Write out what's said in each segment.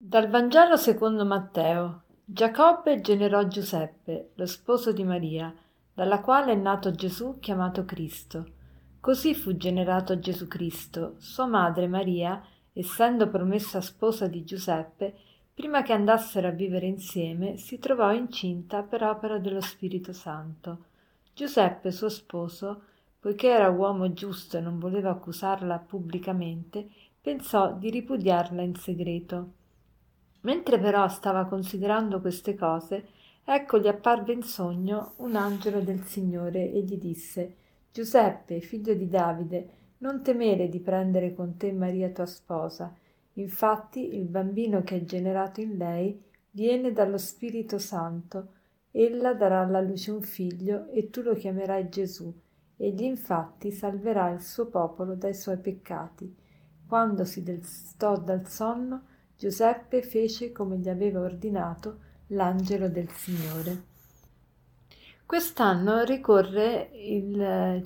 Dal Vangelo secondo Matteo. Giacobbe generò Giuseppe, lo sposo di Maria, dalla quale è nato Gesù chiamato Cristo. Così fu generato Gesù Cristo. Sua madre Maria, essendo promessa sposa di Giuseppe, prima che andassero a vivere insieme, si trovò incinta per opera dello Spirito Santo. Giuseppe, suo sposo, poiché era uomo giusto e non voleva accusarla pubblicamente, pensò di ripudiarla in segreto. Mentre però stava considerando queste cose, ecco gli apparve in sogno un angelo del Signore e gli disse: Giuseppe, figlio di Davide, non temere di prendere con te Maria tua sposa. Infatti il bambino che è generato in lei viene dallo Spirito Santo. Ella darà alla luce un figlio e tu lo chiamerai Gesù. Egli infatti salverà il suo popolo dai suoi peccati. Quando si destò dal sonno, Giuseppe fece come gli aveva ordinato l'angelo del Signore. Quest'anno ricorre il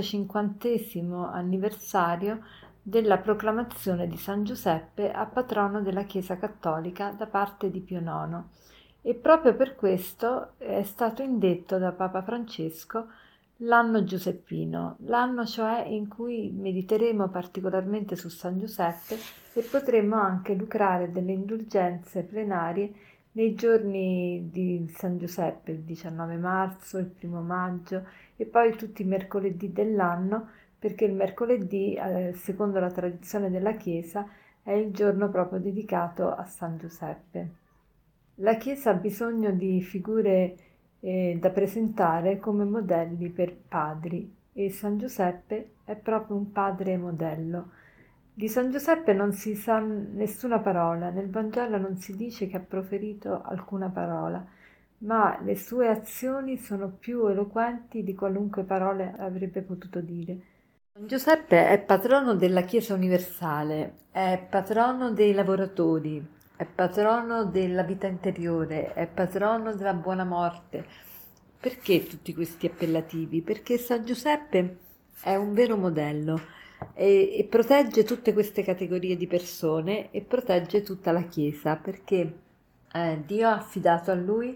150° anniversario della proclamazione di San Giuseppe a patrono della Chiesa Cattolica da parte di Pio IX e proprio per questo è stato indetto da Papa Francesco l'anno giuseppino, l'anno cioè in cui mediteremo particolarmente su San Giuseppe e potremo anche lucrare delle indulgenze plenarie nei giorni di San Giuseppe, il 19 marzo, il 1° maggio e poi tutti i mercoledì dell'anno, perché il mercoledì, secondo la tradizione della Chiesa, è il giorno proprio dedicato a San Giuseppe. La Chiesa ha bisogno di figure da presentare come modelli per padri e San Giuseppe è proprio un padre modello. Di San Giuseppe non si sa nessuna parola, nel Vangelo non si dice che ha proferito alcuna parola, ma le sue azioni sono più eloquenti di qualunque parola avrebbe potuto dire. San Giuseppe è patrono della Chiesa universale, è patrono dei lavoratori, è patrono della vita interiore, è patrono della buona morte. Perché tutti questi appellativi? Perché San Giuseppe è un vero modello e protegge tutte queste categorie di persone e protegge tutta la Chiesa, perché Dio ha affidato a lui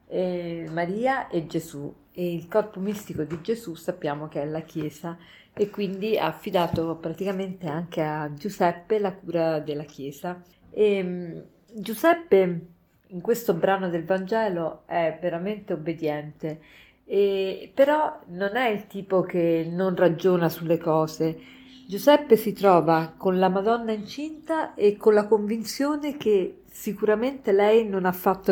Maria e Gesù e il corpo mistico di Gesù sappiamo che è la Chiesa e quindi ha affidato praticamente anche a Giuseppe la cura della Chiesa. Giuseppe in questo brano del Vangelo è veramente obbediente, però non è il tipo che non ragiona sulle cose. Giuseppe si trova con la Madonna incinta e con la convinzione che sicuramente lei non ha fatto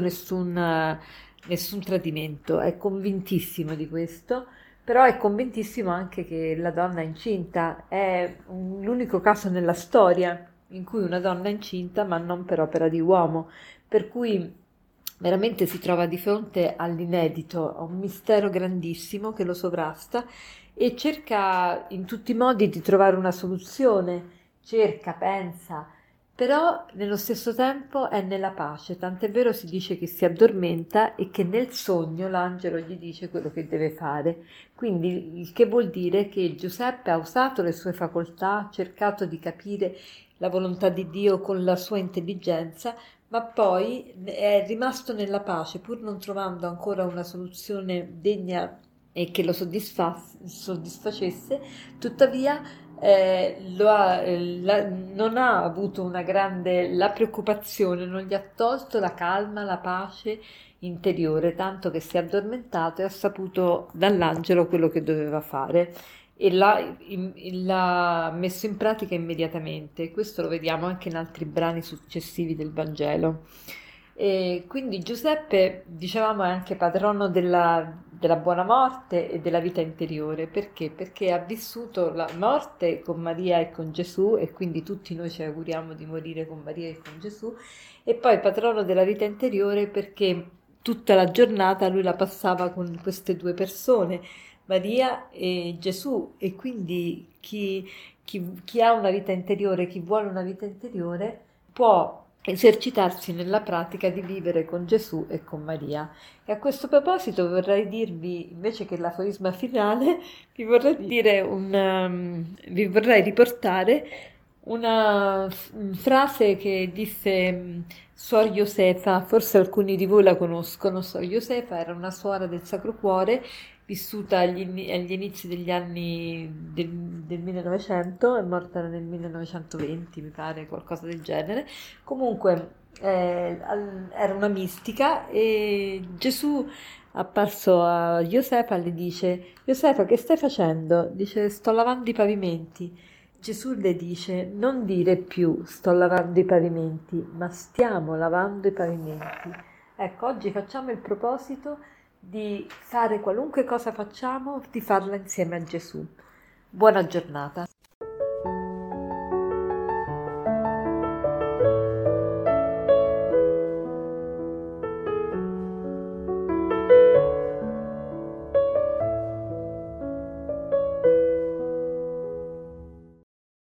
nessun tradimento, è convintissimo di questo, però è convintissimo anche che la donna incinta è l'unico caso nella storia in cui una donna è incinta, ma non per opera di uomo, per cui veramente si trova di fronte all'inedito, a un mistero grandissimo che lo sovrasta e cerca in tutti i modi di trovare una soluzione, cerca, pensa, però nello stesso tempo è nella pace, tant'è vero si dice che si addormenta e che nel sogno l'angelo gli dice quello che deve fare. Quindi il che vuol dire che Giuseppe ha usato le sue facoltà, ha cercato di capire la volontà di Dio con la sua intelligenza, ma poi è rimasto nella pace, pur non trovando ancora una soluzione degna e che lo soddisfacesse, tuttavia non ha avuto una grande la preoccupazione, non gli ha tolto la calma, la pace interiore, tanto che si è addormentato e ha saputo dall'angelo quello che doveva fare e l'ha messo in pratica immediatamente. Questo lo vediamo anche in altri brani successivi del Vangelo. E quindi Giuseppe, dicevamo, è anche patrono della buona morte e della vita interiore. Perché? Perché ha vissuto la morte con Maria e con Gesù e quindi tutti noi ci auguriamo di morire con Maria e con Gesù. E poi patrono della vita interiore perché tutta la giornata lui la passava con queste due persone, Maria e Gesù, e quindi chi ha una vita interiore, chi vuole una vita interiore, può esercitarsi nella pratica di vivere con Gesù e con Maria. E a questo proposito vorrei dirvi, invece che l'aforisma finale, vi vorrei riportare una frase che disse Suor Josefa, forse alcuni di voi la conoscono. Suor Josefa era una suora del Sacro Cuore vissuta agli inizi degli anni del 1900, è morta nel 1920, mi pare, qualcosa del genere. Comunque era una mistica e Gesù apparso a Josefa le dice: Josefa, che stai facendo? Dice: sto lavando i pavimenti. Gesù le dice: non dire più sto lavando i pavimenti, ma stiamo lavando i pavimenti. Ecco, oggi facciamo il proposito di fare qualunque cosa facciamo, di farla insieme a Gesù. Buona giornata.